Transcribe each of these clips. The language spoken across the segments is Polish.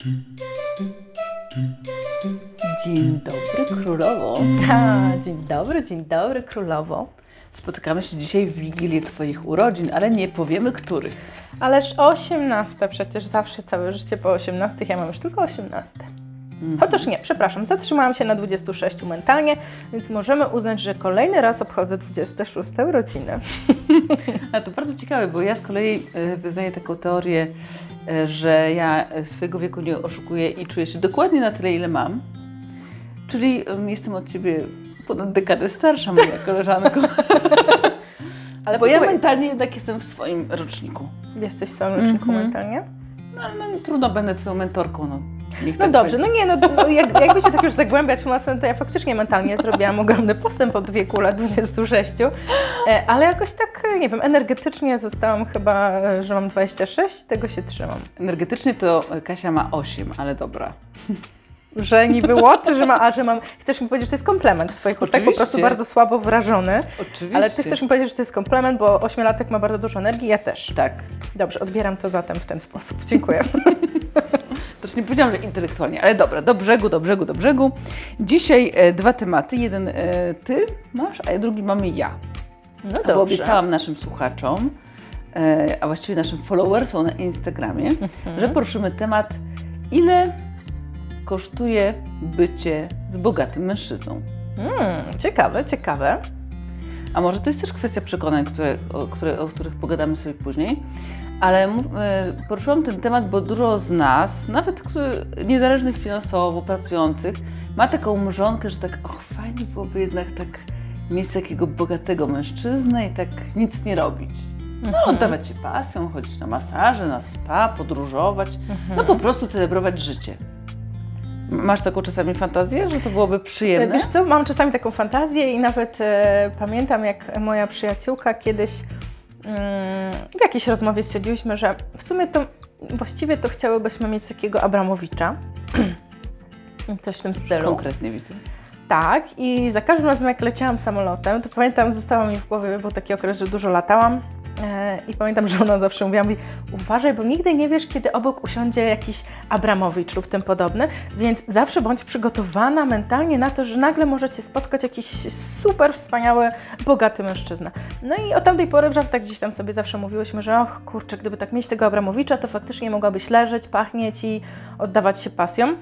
Dzień dobry, królowo. Dzień dobry, królowo. Spotykamy się dzisiaj w Wigilię Twoich urodzin, ale nie powiemy których. Ależ 18 przecież zawsze całe życie po 18, ja mam już tylko 18. Chociaż nie, przepraszam, zatrzymałam się na 26 mentalnie, więc możemy uznać, że kolejny raz obchodzę 26 urodziny. A to bardzo ciekawe, bo ja z kolei wyznaję taką teorię, że ja swojego wieku nie oszukuję i czuję się dokładnie na tyle, ile mam. Czyli jestem od Ciebie ponad dekadę starsza, moja koleżanko. Ale bo ja mentalnie jednak jestem w swoim roczniku. Jesteś w swoim roczniku mentalnie? No, trudno, będę Twoją mentorką. No tak dobrze, będzie. Jakby się tak już zagłębiać mocno, to ja faktycznie mentalnie zrobiłam ogromny postęp od wieku lat 26, ale jakoś tak, nie wiem, energetycznie zostałam chyba, że mam 26, tego się trzymam. Energetycznie to Kasia ma 8, ale dobra. Że niby what? Że mam... Chcesz mi powiedzieć, że to jest komplement w Twoich ustach, po prostu bardzo słabo wrażony. Oczywiście. Ale Ty chcesz mi powiedzieć, że to jest komplement, bo 8-latek ma bardzo dużo energii, ja też. Tak. Dobrze, odbieram to zatem w ten sposób. Dziękuję. Też nie powiedziałam, że intelektualnie, ale dobra, do brzegu. Dzisiaj dwa tematy. Jeden Ty masz, a drugi mamy ja. No dobrze. Bo obiecałam naszym słuchaczom, a właściwie naszym followersom na Instagramie, że poruszymy temat, ile kosztuje bycie z bogatym mężczyzną. Ciekawe. A może to jest też kwestia przekonań, o których pogadamy sobie później. Ale poruszyłam ten temat, bo dużo z nas, nawet niezależnych finansowo, pracujących, ma taką mrzonkę, że tak, fajnie byłoby jednak tak mieć takiego bogatego mężczyznę i tak nic nie robić. No, oddawać się pasją, chodzić na masaże, na spa, podróżować, no po prostu celebrować życie. Masz taką czasami fantazję, że to byłoby przyjemne? Wiesz co, mam czasami taką fantazję i nawet pamiętam, jak moja przyjaciółka kiedyś w jakiejś rozmowie stwierdziliśmy, że w sumie to właściwie to chciałybyśmy mieć takiego Abramowicza. Coś w tym stylu. Konkretnie widzę. Tak, i za każdym razem jak leciałam samolotem, to pamiętam, zostało mi w głowie, był taki okres, że dużo latałam i pamiętam, że ona zawsze mówiła mi, uważaj, bo nigdy nie wiesz, kiedy obok usiądzie jakiś Abramowicz lub tym podobny, więc zawsze bądź przygotowana mentalnie na to, że nagle możecie spotkać jakiś super wspaniały, bogaty mężczyzna. No i od tamtej pory w żartach gdzieś tam sobie zawsze mówiłyśmy, że och kurczę, gdyby tak mieć tego Abramowicza, to faktycznie mogłabyś leżeć, pachnieć i oddawać się pasją.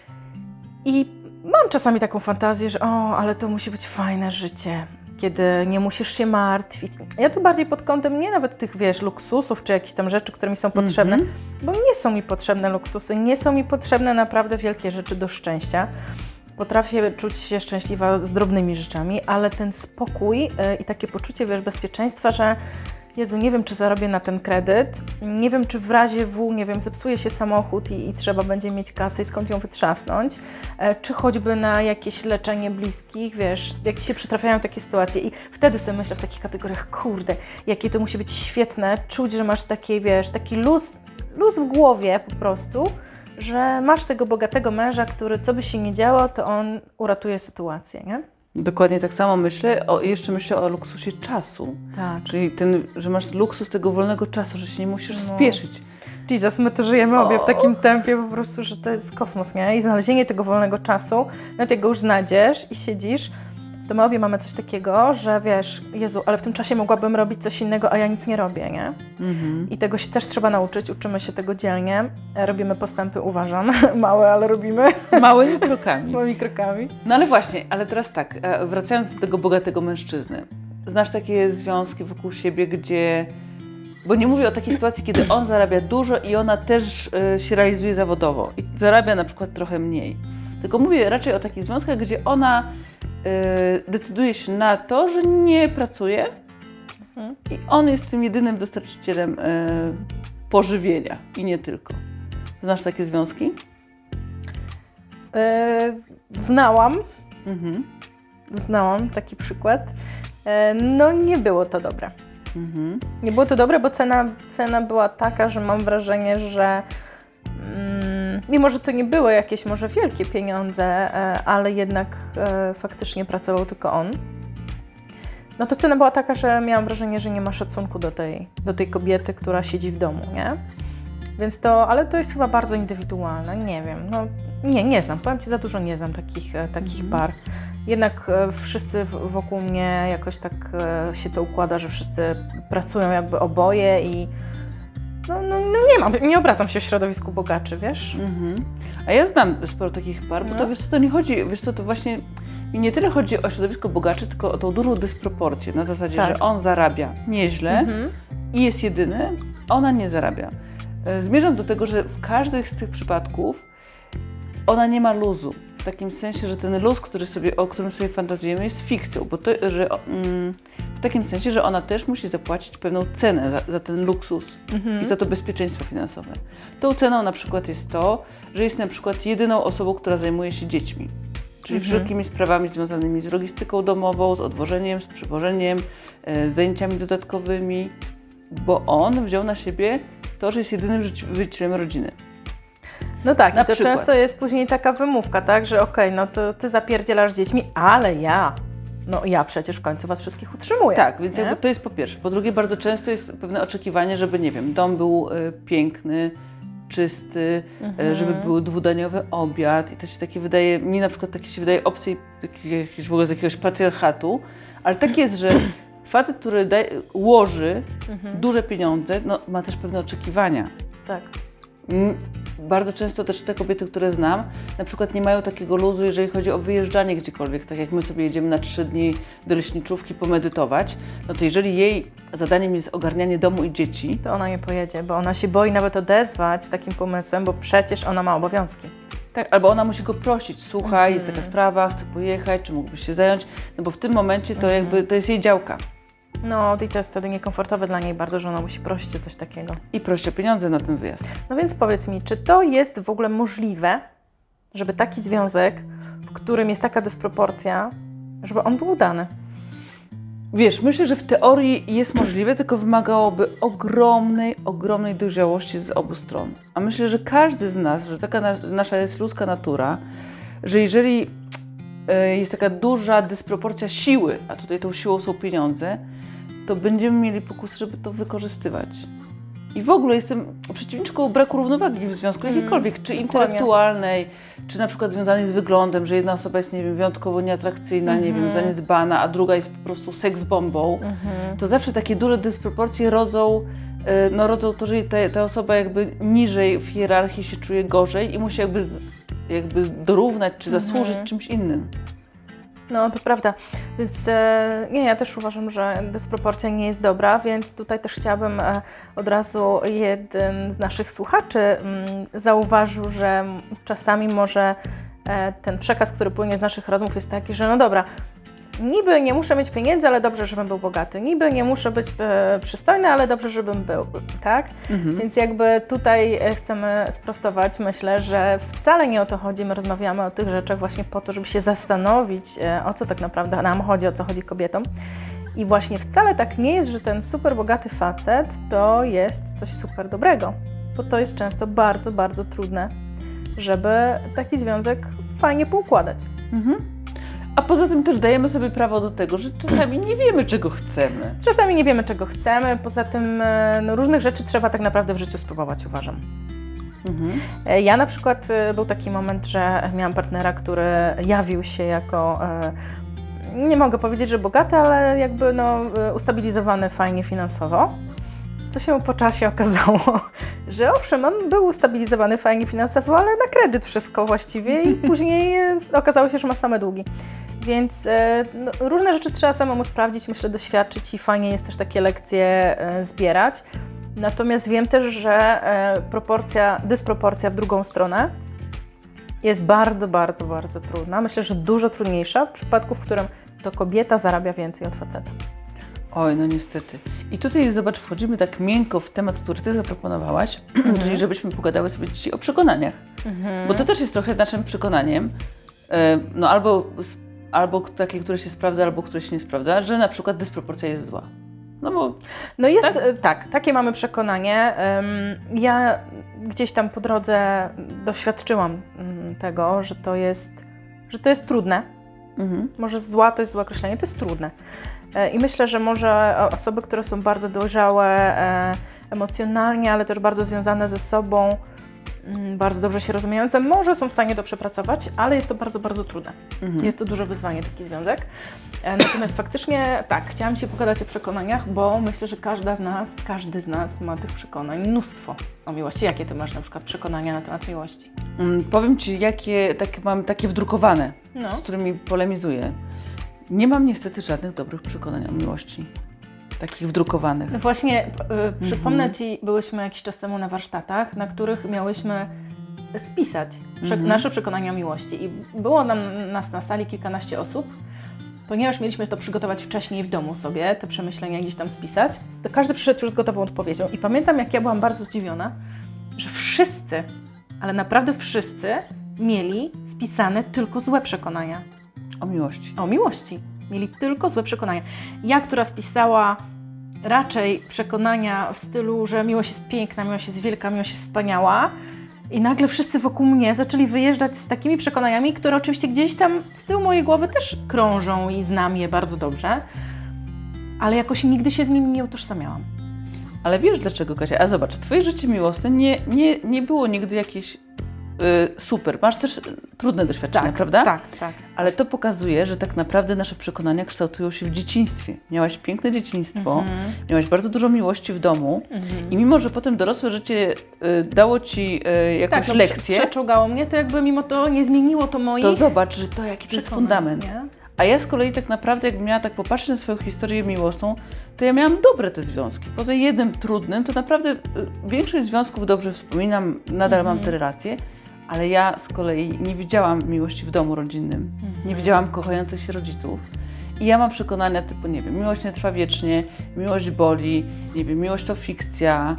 I mam czasami taką fantazję, że ale to musi być fajne życie, kiedy nie musisz się martwić. Ja tu bardziej pod kątem nie nawet tych, wiesz, luksusów czy jakichś tam rzeczy, które mi są potrzebne, bo nie są mi potrzebne luksusy, nie są mi potrzebne naprawdę wielkie rzeczy do szczęścia. Potrafię czuć się szczęśliwa z drobnymi rzeczami, ale ten spokój i takie poczucie, wiesz, bezpieczeństwa, że Jezu, nie wiem, czy zarobię na ten kredyt, nie wiem, czy w razie nie wiem, zepsuje się samochód i trzeba będzie mieć kasę i skąd ją wytrzasnąć, czy choćby na jakieś leczenie bliskich, wiesz, jak się przytrafiają takie sytuacje i wtedy sobie myślę w takich kategoriach, kurde, jakie to musi być świetne, czuć, że masz taki, wiesz, taki luz w głowie po prostu, że masz tego bogatego męża, który co by się nie działo, to on uratuje sytuację, nie? Dokładnie tak samo myślę. Jeszcze myślę o luksusie czasu. Tak. Czyli że masz luksus tego wolnego czasu, że się nie musisz spieszyć. Jesus, my to żyjemy obie w takim tempie po prostu, że to jest kosmos, nie? I znalezienie tego wolnego czasu, no ty go już znajdziesz i siedzisz, to my obie mamy coś takiego, że wiesz, Jezu, ale w tym czasie mogłabym robić coś innego, a ja nic nie robię, nie? I tego się też trzeba nauczyć, uczymy się tego dzielnie, robimy postępy, uważam, małe, ale robimy. Małymi krokami. Małymi krokami. No ale właśnie, ale teraz tak, wracając do tego bogatego mężczyzny. Znasz takie związki wokół siebie, gdzie... Bo nie mówię o takiej sytuacji, kiedy on zarabia dużo i ona też się realizuje zawodowo i zarabia na przykład trochę mniej. Tylko mówię raczej o takich związkach, gdzie ona decyduje się na to, że nie pracuje i on jest tym jedynym dostarczycielem pożywienia i nie tylko. Znasz takie związki? Znałam. Znałam taki przykład. No nie było to dobre. Nie było to dobre, bo cena była taka, że mam wrażenie, że mimo, że to nie były jakieś może wielkie pieniądze, ale jednak faktycznie pracował tylko on, no to cena była taka, że miałam wrażenie, że nie ma szacunku do tej kobiety, która siedzi w domu, nie? Więc ale to jest chyba bardzo indywidualne, nie wiem, no nie znam, powiem Ci, za dużo nie znam takich par. Jednak wszyscy wokół mnie jakoś tak się to układa, że wszyscy pracują jakby oboje i no nie obracam się w środowisku bogaczy, wiesz? A ja znam sporo takich par, bo to wiesz co, to nie chodzi, wiesz co, to właśnie nie tyle chodzi o środowisko bogaczy, tylko o tą dużą dysproporcję, na zasadzie, że on zarabia nieźle i jest jedyny, a ona nie zarabia. Zmierzam do tego, że w każdym z tych przypadków ona nie ma luzu. W takim sensie, że ten luz, o którym sobie fantazjujemy, jest fikcją, bo w takim sensie, że ona też musi zapłacić pewną cenę za ten luksus i za to bezpieczeństwo finansowe. Tą ceną na przykład jest to, że jest na przykład jedyną osobą, która zajmuje się dziećmi, czyli wszelkimi sprawami związanymi z logistyką domową, z odwożeniem, z przywożeniem, z zajęciami dodatkowymi, bo on wziął na siebie to, że jest jedynym żywicielem rodziny. No tak, Na i to przykład. często jest później taka wymówka, tak, że okej, no to Ty zapierdzielasz z dziećmi, ale ja przecież w końcu Was wszystkich utrzymuję. Tak, więc nie? jakby to jest po pierwsze. Po drugie, bardzo często jest pewne oczekiwanie, żeby, nie wiem, dom był piękny, czysty, żeby był dwudaniowy obiad i to się takie wydaje, mi na przykład takie się wydaje opcje jakieś w ogóle z jakiegoś patriarchatu, ale tak jest, że facet, który łoży duże pieniądze, no, ma też pewne oczekiwania. Tak. Bardzo często też te kobiety, które znam, na przykład nie mają takiego luzu, jeżeli chodzi o wyjeżdżanie gdziekolwiek. Tak jak my sobie jedziemy na 3 dni do leśniczówki pomedytować, no to jeżeli jej zadaniem jest ogarnianie domu i dzieci, To ona nie pojedzie, bo ona się boi nawet odezwać z takim pomysłem, bo przecież ona ma obowiązki. tak, albo ona musi go prosić, słuchaj, jest taka sprawa, chcę pojechać, czy mógłbyś się zająć, no bo w tym momencie to jakby to jest jej działka. No i to jest wtedy niekomfortowe dla niej bardzo, że ona musi prosić o coś takiego. I prosi o pieniądze na ten wyjazd. No więc powiedz mi, czy to jest w ogóle możliwe, żeby taki związek, w którym jest taka dysproporcja, żeby on był udany? Wiesz, myślę, że w teorii jest możliwe, tylko wymagałoby ogromnej dojrzałości z obu stron. A myślę, że każdy z nas, że taka nasza jest ludzka natura, że jeżeli jest taka duża dysproporcja siły, a tutaj tą siłą są pieniądze, to będziemy mieli pokusę, żeby to wykorzystywać. I w ogóle jestem przeciwniczką braku równowagi w związku jakiejkolwiek, czy intelektualnej, czy na przykład związanej z wyglądem, że jedna osoba jest, nie wiem, wyjątkowo nieatrakcyjna, nie wiem, zaniedbana, a druga jest po prostu seksbombą. To zawsze takie duże dysproporcje rodzą to, że ta osoba jakby niżej w hierarchii się czuje gorzej i musi jakby dorównać, czy zasłużyć czymś innym. No, to prawda. Więc ja też uważam, że dysproporcja nie jest dobra, więc tutaj też chciałabym od razu, jeden z naszych słuchaczy zauważył, że czasami może ten przekaz, który płynie z naszych rozmów, jest taki, że no dobra, niby nie muszę mieć pieniędzy, ale dobrze, żebym był bogaty. Niby nie muszę być przystojny, ale dobrze, żebym był, tak? Więc jakby tutaj chcemy sprostować, myślę, że wcale nie o to chodzi. My rozmawiamy o tych rzeczach właśnie po to, żeby się zastanowić, o co tak naprawdę nam chodzi, o co chodzi kobietom. I właśnie wcale tak nie jest, że ten super bogaty facet to jest coś super dobrego, bo to jest często bardzo, bardzo trudne, żeby taki związek fajnie poukładać. A poza tym też dajemy sobie prawo do tego, że czasami nie wiemy, czego chcemy. Czasami nie wiemy, czego chcemy, poza tym różnych rzeczy trzeba tak naprawdę w życiu spróbować, uważam. Ja na przykład był taki moment, że miałam partnera, który jawił się jako, nie mogę powiedzieć, że bogaty, ale jakby ustabilizowany fajnie finansowo. Co się po czasie okazało, że owszem, on był ustabilizowany fajnie finansowo, ale na kredyt wszystko właściwie i później okazało się, że ma same długi. Więc różne rzeczy trzeba samemu sprawdzić, myślę, doświadczyć i fajnie jest też takie lekcje zbierać. Natomiast wiem też, że dysproporcja w drugą stronę jest bardzo, bardzo, bardzo trudna. Myślę, że dużo trudniejsza w przypadku, w którym to kobieta zarabia więcej od faceta. Oj, no niestety. I tutaj zobacz, wchodzimy tak miękko w temat, który Ty zaproponowałaś, czyli żebyśmy pogadały sobie dzisiaj o przekonaniach. Bo to też jest trochę naszym przekonaniem, no albo takie, które się sprawdza, albo które się nie sprawdza, że na przykład dysproporcja jest zła. No jest, tak, takie mamy przekonanie. Ja gdzieś tam po drodze doświadczyłam tego, że to jest trudne. Może zła to jest złe określenie, to jest trudne. I myślę, że może osoby, które są bardzo dojrzałe, emocjonalnie, ale też bardzo związane ze sobą, bardzo dobrze się rozumiejące, może są w stanie to przepracować, ale jest to bardzo, bardzo trudne. Jest to duże wyzwanie, taki związek. Natomiast faktycznie tak, chciałam Ci pogadać o przekonaniach, bo myślę, że każdy z nas ma tych przekonań mnóstwo o miłości. Jakie Ty masz na przykład przekonania na temat miłości? Powiem Ci, mam takie wdrukowane, z którymi polemizuję. Nie mam niestety żadnych dobrych przekonań o miłości. Takich wdrukowanych. No właśnie, przypomnę Ci, byłyśmy jakiś czas temu na warsztatach, na których miałyśmy spisać nasze przekonania o miłości. I było nas na sali kilkanaście osób. Ponieważ mieliśmy to przygotować wcześniej w domu sobie, te przemyślenia gdzieś tam spisać, to każdy przyszedł już z gotową odpowiedzią. I pamiętam, jak ja byłam bardzo zdziwiona, że wszyscy, ale naprawdę wszyscy, mieli spisane tylko złe przekonania. O miłości. O miłości. Mieli tylko złe przekonania. Ja, która spisała raczej przekonania w stylu, że miłość jest piękna, miłość jest wielka, miłość jest wspaniała, i nagle wszyscy wokół mnie zaczęli wyjeżdżać z takimi przekonaniami, które oczywiście gdzieś tam z tyłu mojej głowy też krążą i znam je bardzo dobrze, ale jakoś nigdy się z nimi nie utożsamiałam. Ale wiesz dlaczego, Kasia? A zobacz, Twoje życie miłosne nie było nigdy jakieś super. Masz też trudne doświadczenia, prawda? Tak. Ale to pokazuje, że tak naprawdę nasze przekonania kształtują się w dzieciństwie. Miałaś piękne dzieciństwo, miałaś bardzo dużo miłości w domu i mimo, że potem dorosłe życie dało Ci jakąś lekcję, przeczołgało mnie, to jakby mimo to nie zmieniło to moich... to zobacz, że to jaki to jest fundament. Nie? A ja z kolei tak naprawdę, jakbym miała tak popatrzeć na swoją historię miłosną, to ja miałam dobre te związki. Poza jednym trudnym, to naprawdę większość związków dobrze wspominam, nadal mam te relacje, ale ja z kolei nie widziałam miłości w domu rodzinnym, nie widziałam kochających się rodziców. I ja mam przekonania typu, nie wiem, miłość nie trwa wiecznie, miłość boli, nie wiem, miłość to fikcja.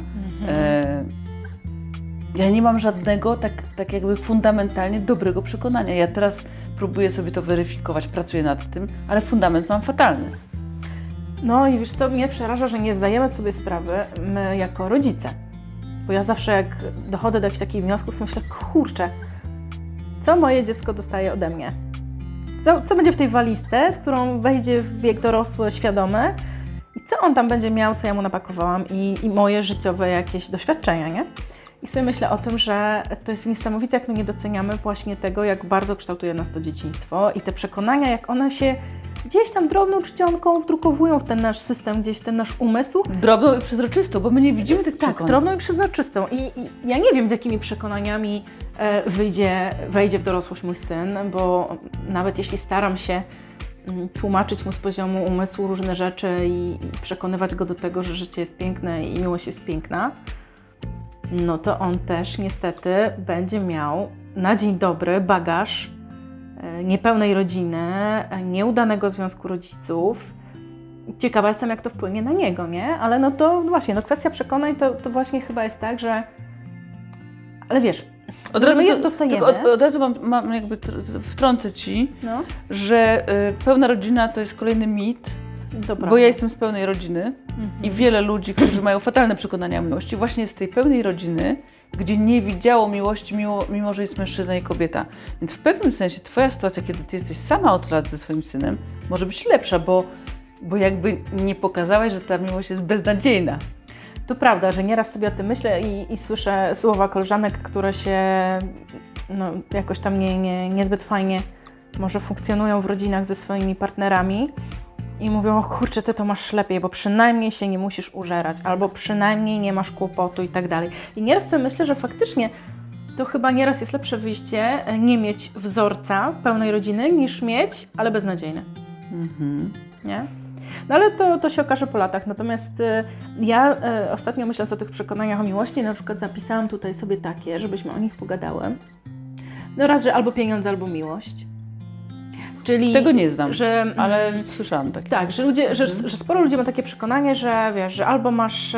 Ja nie mam żadnego tak jakby fundamentalnie dobrego przekonania. Ja teraz próbuję sobie to weryfikować, pracuję nad tym, ale fundament mam fatalny. No i wiesz co, mnie przeraża, że nie zdajemy sobie sprawy, my jako rodzice. Bo ja zawsze jak dochodzę do jakichś takich wniosków, to myślę, kurczę, co moje dziecko dostaje ode mnie? Co będzie w tej walizce, z którą wejdzie w wiek dorosły, świadomy? I co on tam będzie miał, co ja mu napakowałam i moje życiowe jakieś doświadczenia, nie? I sobie myślę o tym, że to jest niesamowite, jak my nie doceniamy właśnie tego, jak bardzo kształtuje nas to dzieciństwo i te przekonania, jak one się gdzieś tam drobną czcionką wdrukowują w ten nasz system, gdzieś w ten nasz umysł. Drobną i przezroczystą, bo my nie widzimy tych przekonań. Tak, drobną i przezroczystą. I ja nie wiem, z jakimi przekonaniami wejdzie w dorosłość mój syn, bo nawet jeśli staram się tłumaczyć mu z poziomu umysłu różne rzeczy i przekonywać go do tego, że życie jest piękne i miłość jest piękna, no to on też niestety będzie miał na dzień dobry bagaż niepełnej rodziny, nieudanego związku rodziców. Ciekawa jestem, jak to wpłynie na niego, nie? Ale no to właśnie, no kwestia przekonań to właśnie chyba jest tak, że... Ale wiesz, od razu my je dostajemy. Od razu mam jakby wtrącę Ci, że pełna rodzina to jest kolejny mit, bo ja jestem z pełnej rodziny i wiele ludzi, którzy mają fatalne przekonania o miłości, właśnie jest z tej pełnej rodziny, gdzie nie widziało miłości, mimo że jest mężczyzna i kobieta. Więc w pewnym sensie Twoja sytuacja, kiedy Ty jesteś sama od lat ze swoim synem, może być lepsza, bo jakby nie pokazałaś, że ta miłość jest beznadziejna. To prawda, że nieraz sobie o tym myślę i słyszę słowa koleżanek, które się jakoś tam niezbyt fajnie może funkcjonują w rodzinach ze swoimi partnerami i mówią, o kurczę, Ty to masz lepiej, bo przynajmniej się nie musisz użerać, albo przynajmniej nie masz kłopotu i tak dalej. I nieraz sobie myślę, że faktycznie to chyba nieraz jest lepsze wyjście nie mieć wzorca pełnej rodziny, niż mieć, ale beznadziejny. Nie? No ale to się okaże po latach. Natomiast ja ostatnio, myśląc o tych przekonaniach o miłości, na przykład zapisałam tutaj sobie takie, żebyśmy o nich pogadały. No raz, że albo pieniądze, albo miłość. Czyli, tego nie znam, ale słyszałam takie. Tak, że sporo ludzi ma takie przekonanie, że wiesz, że albo masz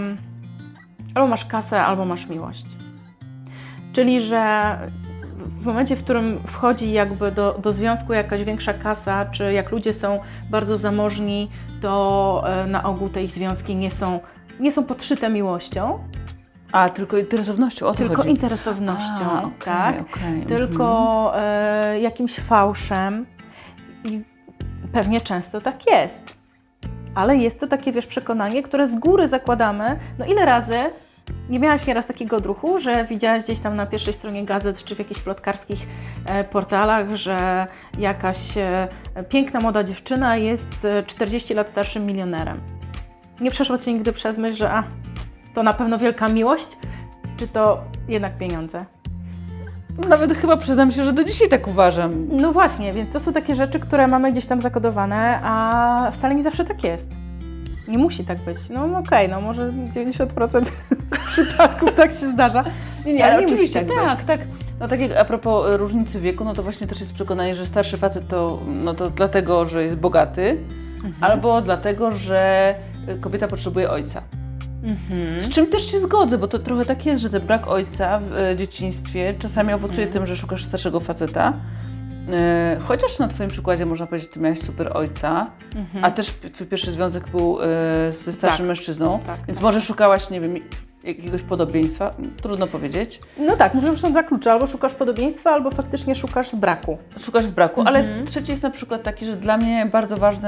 kasę, albo masz miłość. Czyli, że w momencie, w którym wchodzi jakby do związku jakaś większa kasa, czy jak ludzie są bardzo zamożni, to na ogół te ich związki nie są podszyte miłością. A, tylko interesownością, o to tylko chodzi. Interesownością, tak? Okay. Tylko jakimś fałszem. I pewnie często tak jest. ale jest to takie, wiesz, przekonanie, które z góry zakładamy. No ile razy nie miałaś nieraz takiego odruchu, że widziałaś gdzieś tam na pierwszej stronie gazet czy w jakichś plotkarskich portalach, że jakaś piękna, młoda dziewczyna jest 40 lat starszym milionerem. Nie przeszło Ci nigdy przez myśl, że to na pewno wielka miłość, czy to jednak pieniądze? Nawet chyba przyznam się, że do dzisiaj tak uważam. No właśnie, więc to są takie rzeczy, które mamy gdzieś tam zakodowane, a wcale nie zawsze tak jest. Nie musi tak być. No okej, no może 90% przypadków tak się zdarza. Nie, Ale nie musi oczywiście, tak być. tak. No tak jak a propos różnicy wieku, no to właśnie też jest przekonanie, że starszy facet to dlatego, że jest bogaty, albo dlatego, że kobieta potrzebuje ojca. Z czym też się zgodzę, bo to trochę tak jest, że ten brak ojca w dzieciństwie czasami owocuje tym, że szukasz starszego faceta. Chociaż na Twoim przykładzie można powiedzieć, że Ty miałaś super ojca, a też Twój pierwszy związek był ze starszym mężczyzną, więc może szukałaś, nie wiem, jakiegoś podobieństwa, trudno powiedzieć. No tak, może już są dwa klucze, albo szukasz podobieństwa, albo faktycznie szukasz z braku. Szukasz z braku, ale trzeci jest na przykład taki, że dla mnie bardzo ważny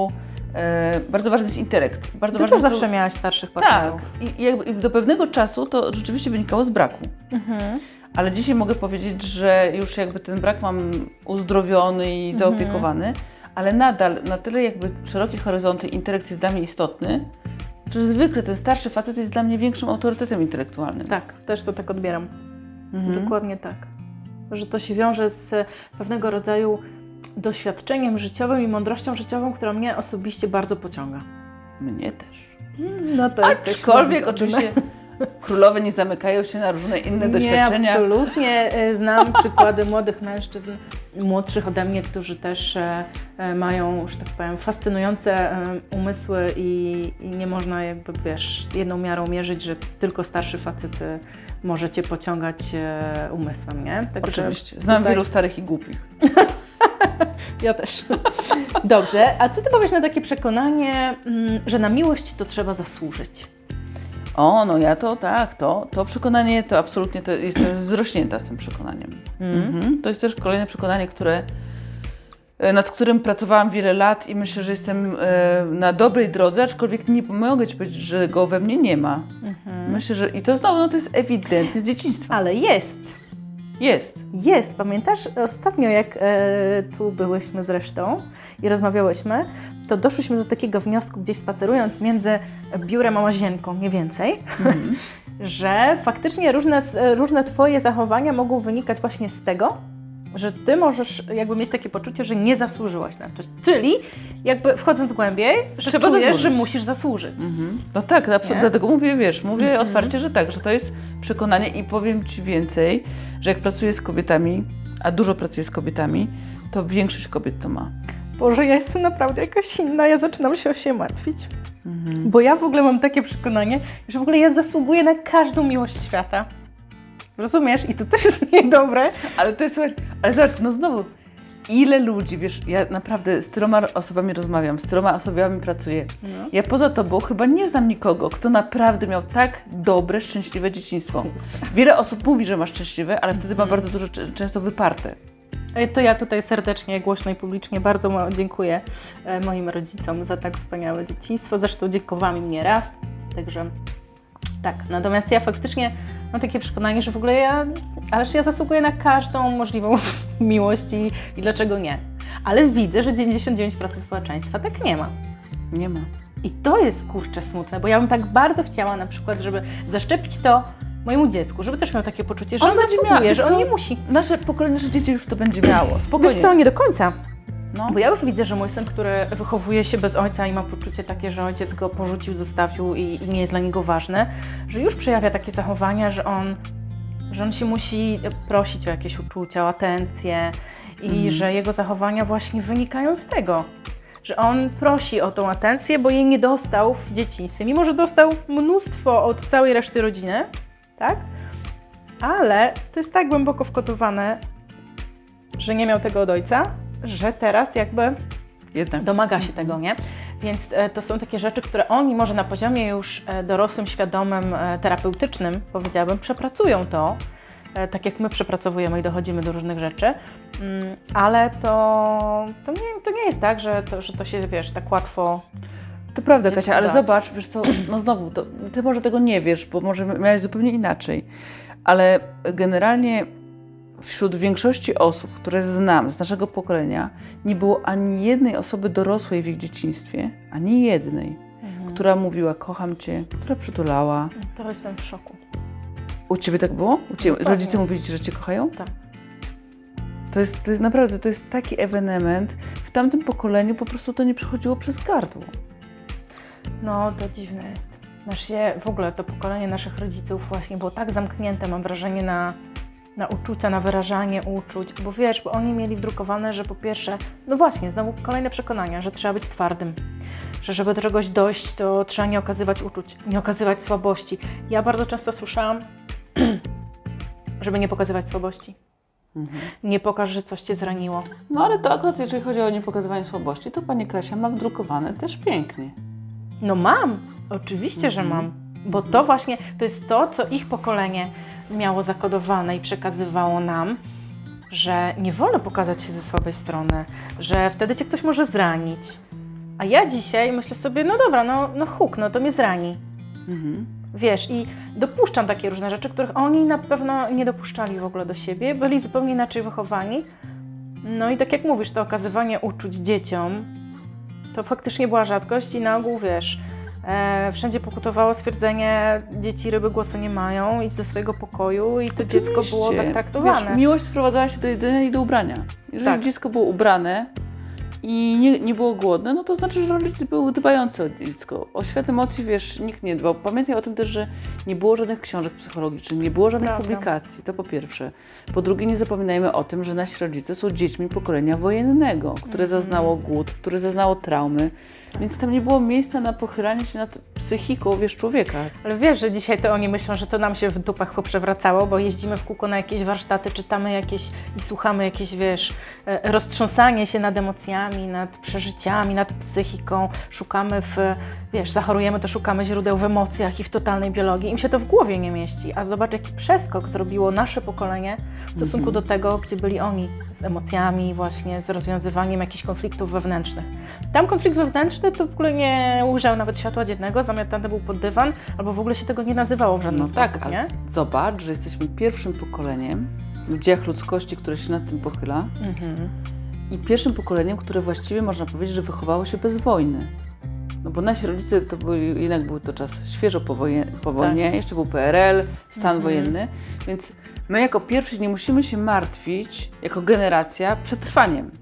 jest intelekt. Ty też zawsze miałaś starszych partnerów. Tak, i do pewnego czasu to rzeczywiście wynikało z braku. Ale dzisiaj mogę powiedzieć, że już jakby ten brak mam uzdrowiony i zaopiekowany, ale nadal na tyle jakby szerokie horyzonty intelekt jest dla mnie istotny, że zwykle ten starszy facet jest dla mnie większym autorytetem intelektualnym. Tak, też to tak odbieram. Dokładnie tak. Że to się wiąże z pewnego rodzaju doświadczeniem życiowym i mądrością życiową, która mnie osobiście bardzo pociąga. Mnie też. No to aczkolwiek oczywiście królowe nie zamykają się na różne inne doświadczenia. Nie, absolutnie. Znam przykłady młodych mężczyzn, młodszych ode mnie, którzy też mają, że tak powiem, fascynujące umysły i nie można jakby, wiesz, jedną miarą mierzyć, że tylko starszy facet może Cię pociągać umysłem, nie? Także oczywiście. Znam wielu starych i głupich. Ja też. Dobrze, a co Ty powiesz na takie przekonanie, że na miłość to trzeba zasłużyć? O, no ja to tak, to przekonanie, to absolutnie to jestem zrośnięta z tym przekonaniem. To jest też kolejne przekonanie, nad którym pracowałam wiele lat i myślę, że jestem na dobrej drodze, aczkolwiek nie mogę Ci powiedzieć, że go we mnie nie ma. Myślę, że i to znowu to jest ewidentne z dzieciństwa. Ale jest. Jest. Pamiętasz ostatnio, jak tu byłyśmy zresztą i rozmawiałyśmy, to doszłyśmy do takiego wniosku, gdzieś spacerując między biurem a łazienką, mniej więcej, że faktycznie różne Twoje zachowania mogą wynikać właśnie z tego, że Ty możesz jakby mieć takie poczucie, że nie zasłużyłaś na coś. Czyli jakby wchodząc głębiej, że trzeba czujesz, zasłużyć. że musisz zasłużyć. No tak, dlatego mówię otwarcie, że tak, że to jest przekonanie i powiem Ci więcej, że jak pracuję z kobietami, a dużo pracuję z kobietami, to większość kobiet to ma. Boże, ja jestem naprawdę jakaś inna, ja zaczynam się martwić. Bo ja w ogóle mam takie przekonanie, że w ogóle ja zasługuję na każdą miłość świata. Rozumiesz? I to też jest niedobre. Ale to jest, ale zobacz, no znowu, ile ludzi, wiesz, ja naprawdę z tyloma osobami rozmawiam, z tyloma osobami pracuję. Ja poza Tobą chyba nie znam nikogo, kto naprawdę miał tak dobre, szczęśliwe dzieciństwo. Wiele osób mówi, że ma szczęśliwe, ale wtedy ma bardzo dużo, często wyparte. To ja tutaj serdecznie, głośno i publicznie bardzo dziękuję moim rodzicom za tak wspaniałe dzieciństwo. Zresztą dziękowałam im nieraz, także tak. Natomiast ja faktycznie mam takie przekonanie, że w ogóle ja zasługuję na każdą możliwą miłość i dlaczego nie. Ale widzę, że 99% społeczeństwa tak nie ma. Nie ma. I to jest, kurczę, smutne, bo ja bym tak bardzo chciała na przykład, żeby zaszczepić to mojemu dziecku, żeby też miał takie poczucie, że on zasługuje, że on nie musi. Nasze pokolenie, nasze dzieci już to będzie miało. Spokojnie. Wiesz co, nie do końca. No. Bo ja już widzę, że mój syn, który wychowuje się bez ojca i ma poczucie takie, że ojciec go porzucił, zostawił i nie jest dla niego ważny, że już przejawia takie zachowania, że on się musi prosić o jakieś uczucia, o atencję i że jego zachowania właśnie wynikają z tego, że on prosi o tą atencję, bo jej nie dostał w dzieciństwie, mimo że dostał mnóstwo od całej reszty rodziny, tak? Ale to jest tak głęboko wkodowane, że nie miał tego od ojca, że teraz jakby jednak domaga się tego, nie? Więc to są takie rzeczy, które oni może na poziomie już dorosłym, świadomym, terapeutycznym, powiedziałabym, przepracują to, tak jak my przepracowujemy i dochodzimy do różnych rzeczy, ale to nie jest tak, że to się, wiesz, tak łatwo To prawda, dziecku Kasia, ale dać. zobacz, wiesz co, no znowu, ty może tego nie wiesz, bo może miałeś zupełnie inaczej, ale generalnie wśród większości osób, które znam z naszego pokolenia, nie było ani jednej osoby dorosłej w ich dzieciństwie, ani jednej, która mówiła kocham cię, która przytulała. To jestem w szoku. U ciebie tak było? U ciebie Dokładnie. rodzice mówili ci, że cię kochają? Tak. To jest naprawdę, to jest taki ewenement. W tamtym pokoleniu po prostu to nie przechodziło przez gardło. No, to dziwne jest. W ogóle to pokolenie naszych rodziców właśnie było tak zamknięte, mam wrażenie, na uczucia, na wyrażanie uczuć, bo wiesz, bo oni mieli wdrukowane, że po pierwsze, no właśnie, znowu kolejne przekonania, że trzeba być twardym, że żeby do czegoś dojść, to trzeba nie okazywać uczuć, nie okazywać słabości. Ja bardzo często słyszałam, żeby nie pokazywać słabości. Nie pokaż, że coś cię zraniło. No ale to akurat jeżeli chodzi o niepokazywanie słabości, to pani Kasia ma wdrukowane też pięknie. No mam, oczywiście, że mam, bo to właśnie, to jest to, co ich pokolenie miało zakodowane i przekazywało nam, że nie wolno pokazać się ze słabej strony, że wtedy cię ktoś może zranić. A ja dzisiaj myślę sobie, no dobra, no huk, no to mnie zrani. Wiesz, i dopuszczam takie różne rzeczy, których oni na pewno nie dopuszczali w ogóle do siebie, byli zupełnie inaczej wychowani. No i tak jak mówisz, to okazywanie uczuć dzieciom to faktycznie była rzadkość i na ogół, wiesz, wszędzie pokutowało stwierdzenie, dzieci ryby głosu nie mają, idź do swojego pokoju i to dziecko było tak traktowane. Wiesz, miłość sprowadzała się do jedzenia i do ubrania. Jeżeli Tak. dziecko było ubrane i nie było głodne, no to znaczy, że rodzice były dbający o dziecko. O świat emocji, wiesz, nikt nie dbał. Pamiętaj o tym też, że nie było żadnych książek psychologicznych, nie było żadnych Prawda. publikacji, to po pierwsze. Po drugie, nie zapominajmy o tym, że nasi rodzice są dziećmi pokolenia wojennego, które zaznało głód, które zaznało traumy, więc tam nie było miejsca na pochylanie się nad psychiką, wiesz, człowieka. Ale wiesz, że dzisiaj to oni myślą, że to nam się w dupach poprzewracało, bo jeździmy w kółko na jakieś warsztaty, czytamy jakieś i słuchamy jakieś, wiesz, roztrząsanie się nad emocjami, nad przeżyciami, nad psychiką, szukamy zachorujemy, to szukamy źródeł w emocjach i w totalnej biologii. Im się to w głowie nie mieści, a zobacz, jaki przeskok zrobiło nasze pokolenie w stosunku do tego, gdzie byli oni z emocjami, właśnie z rozwiązywaniem jakichś konfliktów wewnętrznych. Tam konflikt wewnętrzny to w ogóle nie ujrzał nawet światła dziennego, zamiatany był pod dywan, albo w ogóle się tego nie nazywało w żaden No sposób, tak, nie? ale zobacz, że jesteśmy pierwszym pokoleniem w dziejach ludzkości, które się nad tym pochyla i pierwszym pokoleniem, które właściwie można powiedzieć, że wychowało się bez wojny. No bo nasi rodzice, jednak był to czas świeżo po wojnie, jeszcze był PRL, stan wojenny, więc my jako pierwsi nie musimy się martwić, jako generacja, przetrwaniem.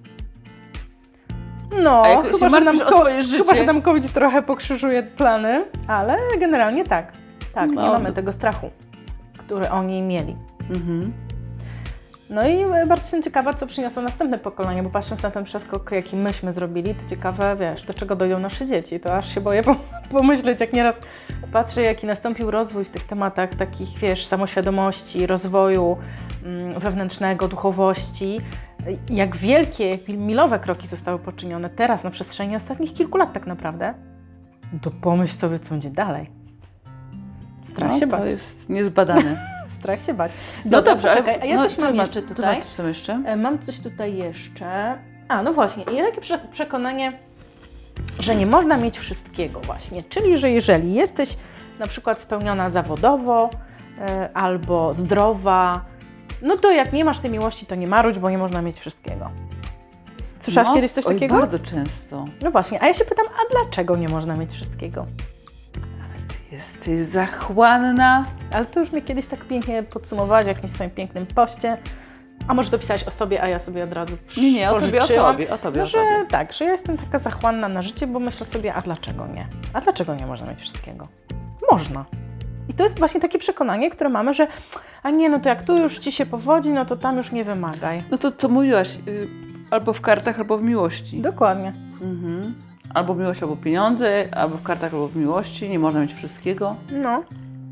No, A jak się martwisz o swoje życie? chyba, że nam COVID trochę pokrzyżuje plany, ale generalnie tak. Tak, No, nie mamy tego strachu, który oni mieli. Mhm. No i bardzo jestem ciekawa, co przyniosło następne pokolenie, bo patrząc na ten przeskok, jaki myśmy zrobili, to ciekawe, wiesz, do czego dojdą nasze dzieci. To aż się boję pomyśleć, jak nieraz patrzę, jaki nastąpił rozwój w tych tematach takich, wiesz, samoświadomości, rozwoju wewnętrznego, duchowości. Jak wielkie, milowe kroki zostały poczynione teraz na przestrzeni ostatnich kilku lat tak naprawdę, to pomyśl sobie, co będzie dalej. Strach się bać. To jest niezbadane. Strach się bać. No dobrze, czekaj, a ja coś mam co jeszcze Ty tutaj. masz coś tam jeszcze? Mam coś tutaj jeszcze. No właśnie, i takie przekonanie, że nie można mieć wszystkiego właśnie. Czyli, że jeżeli jesteś na przykład spełniona zawodowo albo zdrowa, no to jak nie masz tej miłości, to nie marudź, bo nie można mieć wszystkiego. Słyszałaś kiedyś coś takiego? Bardzo często. No właśnie, a ja się pytam, a dlaczego nie można mieć wszystkiego? Jesteś zachłanna. Ale to już mnie kiedyś tak pięknie podsumowałaś w jakimś swoim pięknym poście. A może dopisałeś o sobie, a ja sobie od razu Nie, o tobie. No, że tak, że ja jestem taka zachłanna na życie, bo myślę sobie, a dlaczego nie? A dlaczego nie można mieć wszystkiego? Można. I to jest właśnie takie przekonanie, które mamy, że a nie, no to jak tu już ci się powodzi, no to tam już nie wymagaj. No to co mówiłaś, albo w kartach, albo w miłości. Dokładnie. Mhm. Albo miłość, albo pieniądze, albo w kartach, albo w miłości. Nie można mieć wszystkiego. No.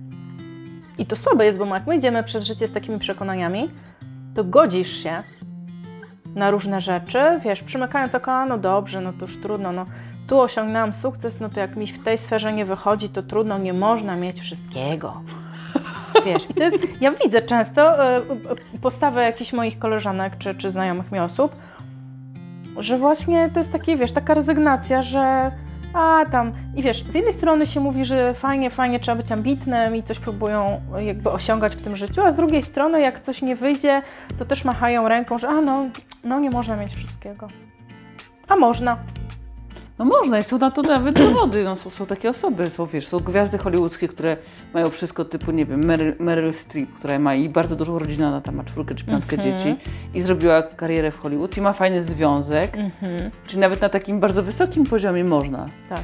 I to słabe jest, bo jak my idziemy przez życie z takimi przekonaniami, to godzisz się na różne rzeczy, wiesz, przymykając oko, no dobrze, no to już trudno, no tu osiągnęłam sukces, no to jak mi w tej sferze nie wychodzi, to trudno, nie można mieć wszystkiego. Wiesz, i to jest, ja widzę często postawę jakichś moich koleżanek czy znajomych mi osób, że właśnie to jest takie, wiesz, taka rezygnacja, że a tam, i wiesz, z jednej strony się mówi, że fajnie, trzeba być ambitnym i coś próbują jakby osiągać w tym życiu, a z drugiej strony jak coś nie wyjdzie, to też machają ręką, że no nie można mieć wszystkiego. A można. No można i są na to nawet dowody. No, są takie osoby, są gwiazdy hollywoodzkie, które mają wszystko typu, nie wiem, Meryl Streep, która ma i bardzo dużą rodzinę, ona tam ma 4 czy 5 dzieci i zrobiła karierę w Hollywood i ma fajny związek. Czyli nawet na takim bardzo wysokim poziomie można. Tak.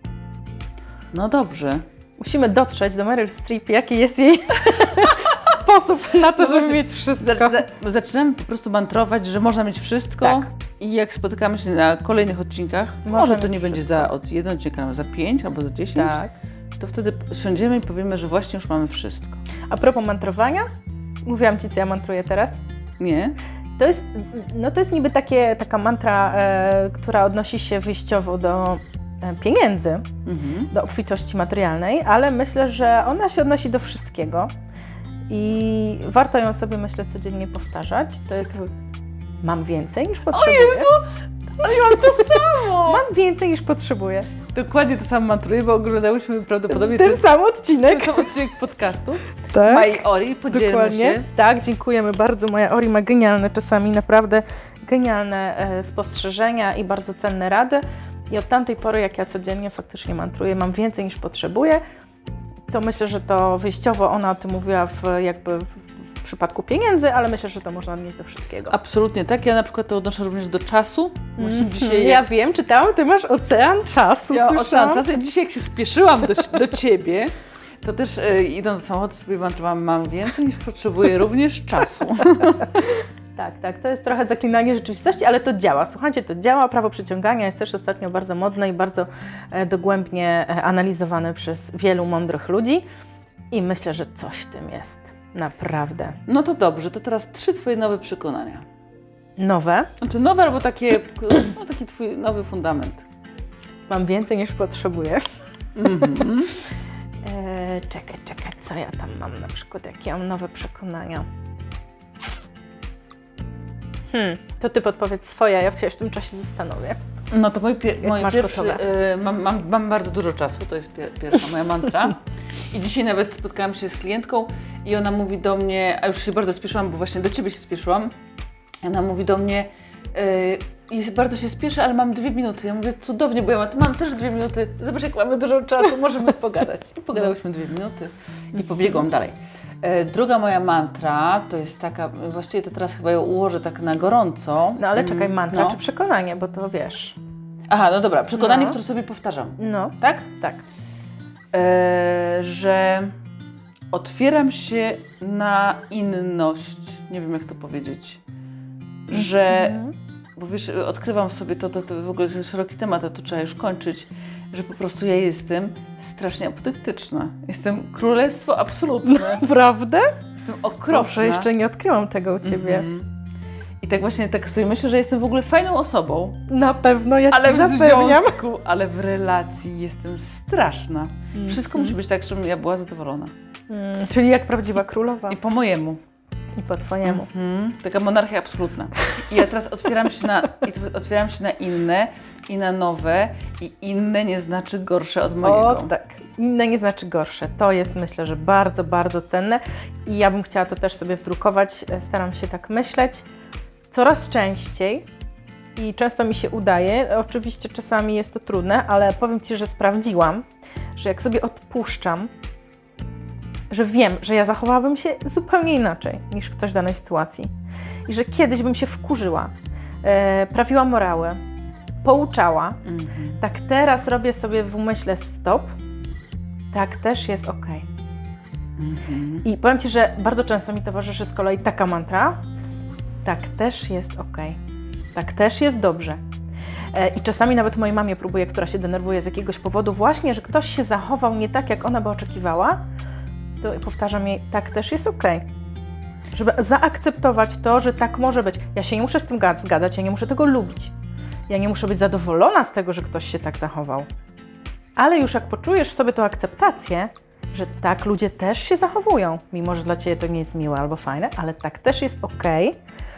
No dobrze. Musimy dotrzeć do Meryl Streep, jaki jest jej sposób na to, żeby mieć wszystko. Zaczynamy po prostu mantrować, że można mieć wszystko. Tak. I jak spotykamy się na kolejnych odcinkach, może to nie będzie od 1 odcinka, ale za 5 albo za 10, Tak. to wtedy siądziemy i powiemy, że właśnie już mamy wszystko. A propos mantrowania, mówiłam Ci, co ja mantruję teraz. Nie? To jest niby taka mantra, która odnosi się wyjściowo do pieniędzy, do obfitości materialnej, ale myślę, że ona się odnosi do wszystkiego i warto ją sobie, myślę, codziennie powtarzać. To jest mam więcej niż potrzebuję. O Jezu! Ale ja mam to samo! Mam więcej niż potrzebuję. Dokładnie to samo mantruję, bo oglądałyśmy prawdopodobnie Ten sam odcinek. ten sam odcinek podcastu. Tak. Mai Ori, podzielmy Dokładnie. się. Tak, dziękujemy bardzo. Moja Ori ma genialne, czasami naprawdę genialne spostrzeżenia i bardzo cenne rady. I od tamtej pory, jak ja codziennie faktycznie mantruję, mam więcej niż potrzebuję, to myślę, że to wyjściowo ona o tym mówiła w przypadku pieniędzy, ale myślę, że to można odnieść do wszystkiego. Absolutnie tak. Ja na przykład to odnoszę również do czasu. Właśnie dzisiaj Ja wiem, czytałam, ty masz ocean czasu. Ja słyszałam. ocean czasu. I dzisiaj jak się spieszyłam do Ciebie, to też idąc do samochodu sobie mantrowałam, mam więcej niż potrzebuję również czasu. Tak, to jest trochę zaklinanie rzeczywistości, ale to działa. Słuchajcie, to działa. Prawo przyciągania jest też ostatnio bardzo modne i bardzo dogłębnie analizowane przez wielu mądrych ludzi i myślę, że coś w tym jest. Naprawdę. No to dobrze, to teraz 3 Twoje nowe przekonania. Nowe. Znaczy nowe albo taki Twój nowy fundament. Mam więcej niż potrzebuję. Czekaj, co ja tam mam na przykład, jakie mam nowe przekonania? To Ty podpowiedz swoje, ja się w tym czasie zastanowię. No to mój masz pierwszy, gotowe? mam bardzo dużo czasu, to jest pierwsza moja mantra. I dzisiaj nawet spotkałam się z klientką i ona mówi do mnie, a już się bardzo spieszyłam, bo właśnie do Ciebie się spieszyłam. I ona mówi do mnie, bardzo się spieszę, ale mam 2 minuty. Ja mówię, cudownie, bo ja mam też 2 minuty. Zobacz, jak mamy dużo czasu, możemy pogadać. I pogadałyśmy 2 minuty i pobiegłam dalej. Druga moja mantra to jest taka, właściwie to teraz chyba ją ułożę tak na gorąco. No ale czekaj, mantra czy przekonanie, bo to wiesz. Aha, no dobra, przekonanie, które sobie powtarzam. No. Tak? Tak. Że otwieram się na inność. Nie wiem, jak to powiedzieć. Że, bo wiesz, odkrywam w sobie to w ogóle jest szeroki temat, a to trzeba już kończyć, że po prostu ja jestem strasznie apodyktyczna. Jestem królestwo absolutne. Prawda? Jestem okropna. Proszę, jeszcze nie odkryłam tego u Ciebie. I tak właśnie tak sobie myślę, że jestem w ogóle fajną osobą. Na pewno, ja Ale Ci w zapewniam. związku, ale w relacji jestem straszna. Wszystko musi być tak, żebym ja była zadowolona. Czyli jak prawdziwa królowa. I po mojemu. I po Twojemu. Taka monarchia absolutna. I ja teraz otwieram się na inne i na nowe i inne nie znaczy gorsze od mojego. O tak, inne nie znaczy gorsze. To jest, myślę, że bardzo, bardzo cenne i ja bym chciała to też sobie wdrukować. Staram się tak myśleć coraz częściej i często mi się udaje. Oczywiście czasami jest to trudne, ale powiem Ci, że sprawdziłam, że jak sobie odpuszczam, że wiem, że ja zachowałabym się zupełnie inaczej niż ktoś w danej sytuacji i że kiedyś bym się wkurzyła, prawiła morałę, pouczała, tak teraz robię sobie w umyśle stop, tak też jest okej. I powiem Ci, że bardzo często mi towarzyszy z kolei taka mantra, tak też jest okej, tak też jest dobrze. I czasami nawet mojej mamie próbuję, która się denerwuje z jakiegoś powodu właśnie, że ktoś się zachował nie tak, jak ona by oczekiwała, to powtarzam jej, tak też jest okej. Żeby zaakceptować to, że tak może być. Ja się nie muszę z tym zgadzać, ja nie muszę tego lubić. Ja nie muszę być zadowolona z tego, że ktoś się tak zachował. Ale już jak poczujesz w sobie tą akceptację, że tak ludzie też się zachowują, mimo że dla Ciebie to nie jest miłe albo fajne, ale tak też jest okej,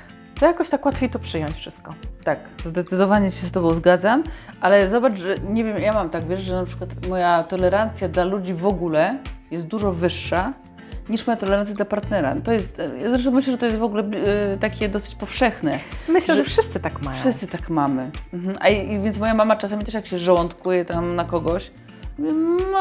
to jakoś tak łatwiej to przyjąć wszystko. Tak, zdecydowanie się z Tobą zgadzam, ale zobacz, że nie wiem, ja mam tak, wiesz, że na przykład moja tolerancja dla ludzi w ogóle jest dużo wyższa niż moja tolerancja dla partnera. To jest, ja zresztą myślę, że to jest w ogóle takie dosyć powszechne. Myślę, że wszyscy tak mają. Wszyscy tak mamy. Więc moja mama czasami też jak się żołądkuje tam na kogoś, mówię,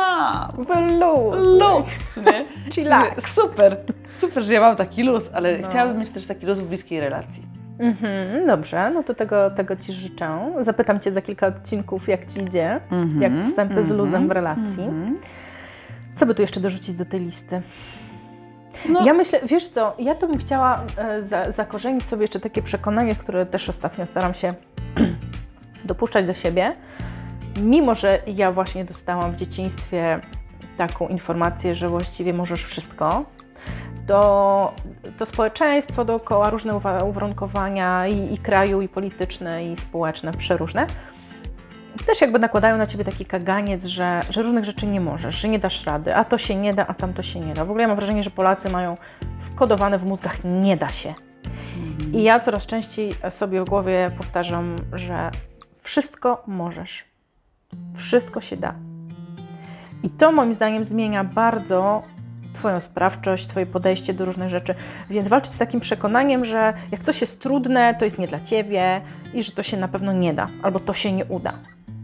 luz, nie? Chillax. Super, że ja mam taki luz, ale chciałabym mieć też taki luz w bliskiej relacji. Dobrze, no to tego Ci życzę. Zapytam Cię za kilka odcinków, jak Ci idzie, jak postępy z luzem w relacji. Co by tu jeszcze dorzucić do tej listy? No. Ja myślę, wiesz co, ja to bym chciała zakorzenić sobie jeszcze takie przekonanie, które też ostatnio staram się dopuszczać do siebie. Mimo że ja właśnie dostałam w dzieciństwie taką informację, że właściwie możesz wszystko, to społeczeństwo dookoła, różne uwarunkowania i kraju, i polityczne, i społeczne, przeróżne, też jakby nakładają na Ciebie taki kaganiec, że różnych rzeczy nie możesz, że nie dasz rady, a to się nie da, a tamto się nie da. W ogóle ja mam wrażenie, że Polacy mają wkodowane w mózgach nie da się. I ja coraz częściej sobie w głowie powtarzam, że wszystko możesz. Wszystko się da. I to moim zdaniem zmienia bardzo Twoją sprawczość, Twoje podejście do różnych rzeczy. Więc walczyć z takim przekonaniem, że jak coś jest trudne, to jest nie dla Ciebie i że to się na pewno nie da, albo to się nie uda.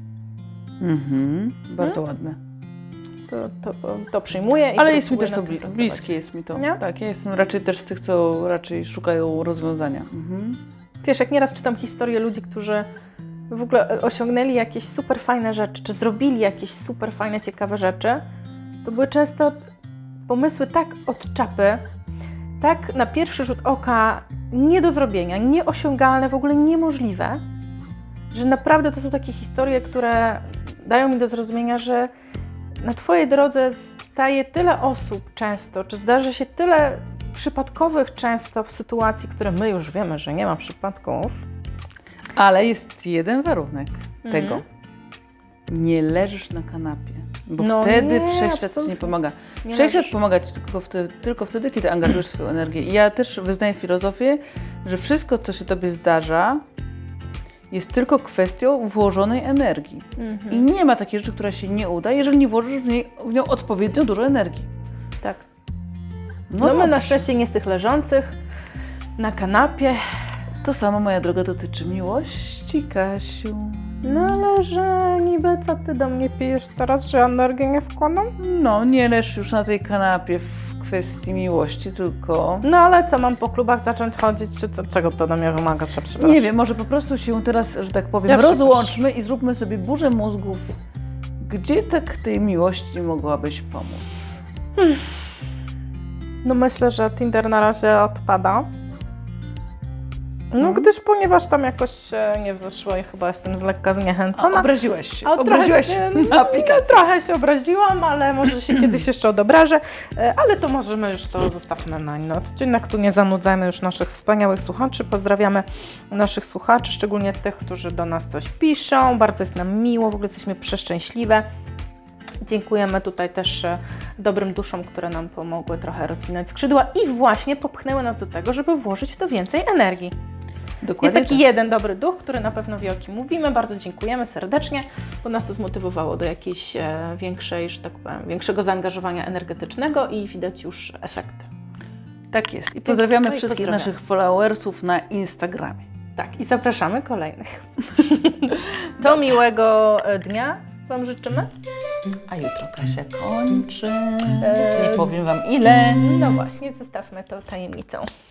Bardzo ładne. To przyjmuję. Ale jest mi też to bliskie, jest mi to. Nie? Tak, ja jestem raczej też z tych, co raczej szukają rozwiązania. Wiesz, jak nieraz czytam historie ludzi, którzy w ogóle osiągnęli jakieś super fajne rzeczy, czy zrobili jakieś super fajne, ciekawe rzeczy, to były często pomysły tak od czapy, tak na pierwszy rzut oka nie do zrobienia, nieosiągalne, w ogóle niemożliwe, że naprawdę to są takie historie, które dają mi do zrozumienia, że na Twojej drodze staje tyle osób często, czy zdarzy się tyle przypadkowych często sytuacji, które my już wiemy, że nie ma przypadków. Ale jest jeden warunek tego. Nie leżysz na kanapie, bo wtedy wszechświat Ci nie pomaga. Wszechświat pomaga Ci tylko wtedy, kiedy angażujesz swoją energię. I ja też wyznaję filozofię, że wszystko, co się Tobie zdarza, jest tylko kwestią włożonej energii. I nie ma takiej rzeczy, która się nie uda, jeżeli nie włożysz w nią odpowiednio dużo energii. Tak. No my na szczęście nie z tych leżących na kanapie. To samo, moja droga, dotyczy miłości, Kasiu. No ale że niby co Ty do mnie pijesz teraz, że energię nie wkładam? No, nie leż już na tej kanapie w kwestii miłości, tylko... No ale co, mam po klubach zacząć chodzić, czy co, czego to do mnie wymaga, że przepraszam? Nie wiem, może po prostu się teraz, że tak powiem, rozłączmy i zróbmy sobie burzę mózgów. Gdzie tak tej miłości mogłabyś pomóc? No myślę, że Tinder na razie odpada. No ponieważ tam jakoś nie wyszło i chyba jestem z lekka zniechęcona. Obraziłaś się. Obraziłaś się na aplikację. Trochę się obraziłam, ale może się kiedyś jeszcze odobrażę. Ale to możemy już to zostawmy na inny odcinek. Tu nie zanudzajmy już naszych wspaniałych słuchaczy. Pozdrawiamy naszych słuchaczy, szczególnie tych, którzy do nas coś piszą. Bardzo jest nam miło, w ogóle jesteśmy przeszczęśliwe. Dziękujemy tutaj też dobrym duszom, które nam pomogły trochę rozwinąć skrzydła i właśnie popchnęły nas do tego, żeby włożyć w to więcej energii. Dokładnie jest taki jeden dobry duch, który na pewno wie, o kim mówimy. Bardzo dziękujemy serdecznie, bo nas to zmotywowało do jakiejś większej, że tak powiem, większego zaangażowania energetycznego i widać już efekty. Tak jest. I pozdrawiamy wszystkich naszych followersów na Instagramie. Tak, i zapraszamy kolejnych. Do miłego dnia Wam życzymy. A jutro Kasia kończy. Nie powiem Wam ile. No właśnie, zostawmy to tajemnicą.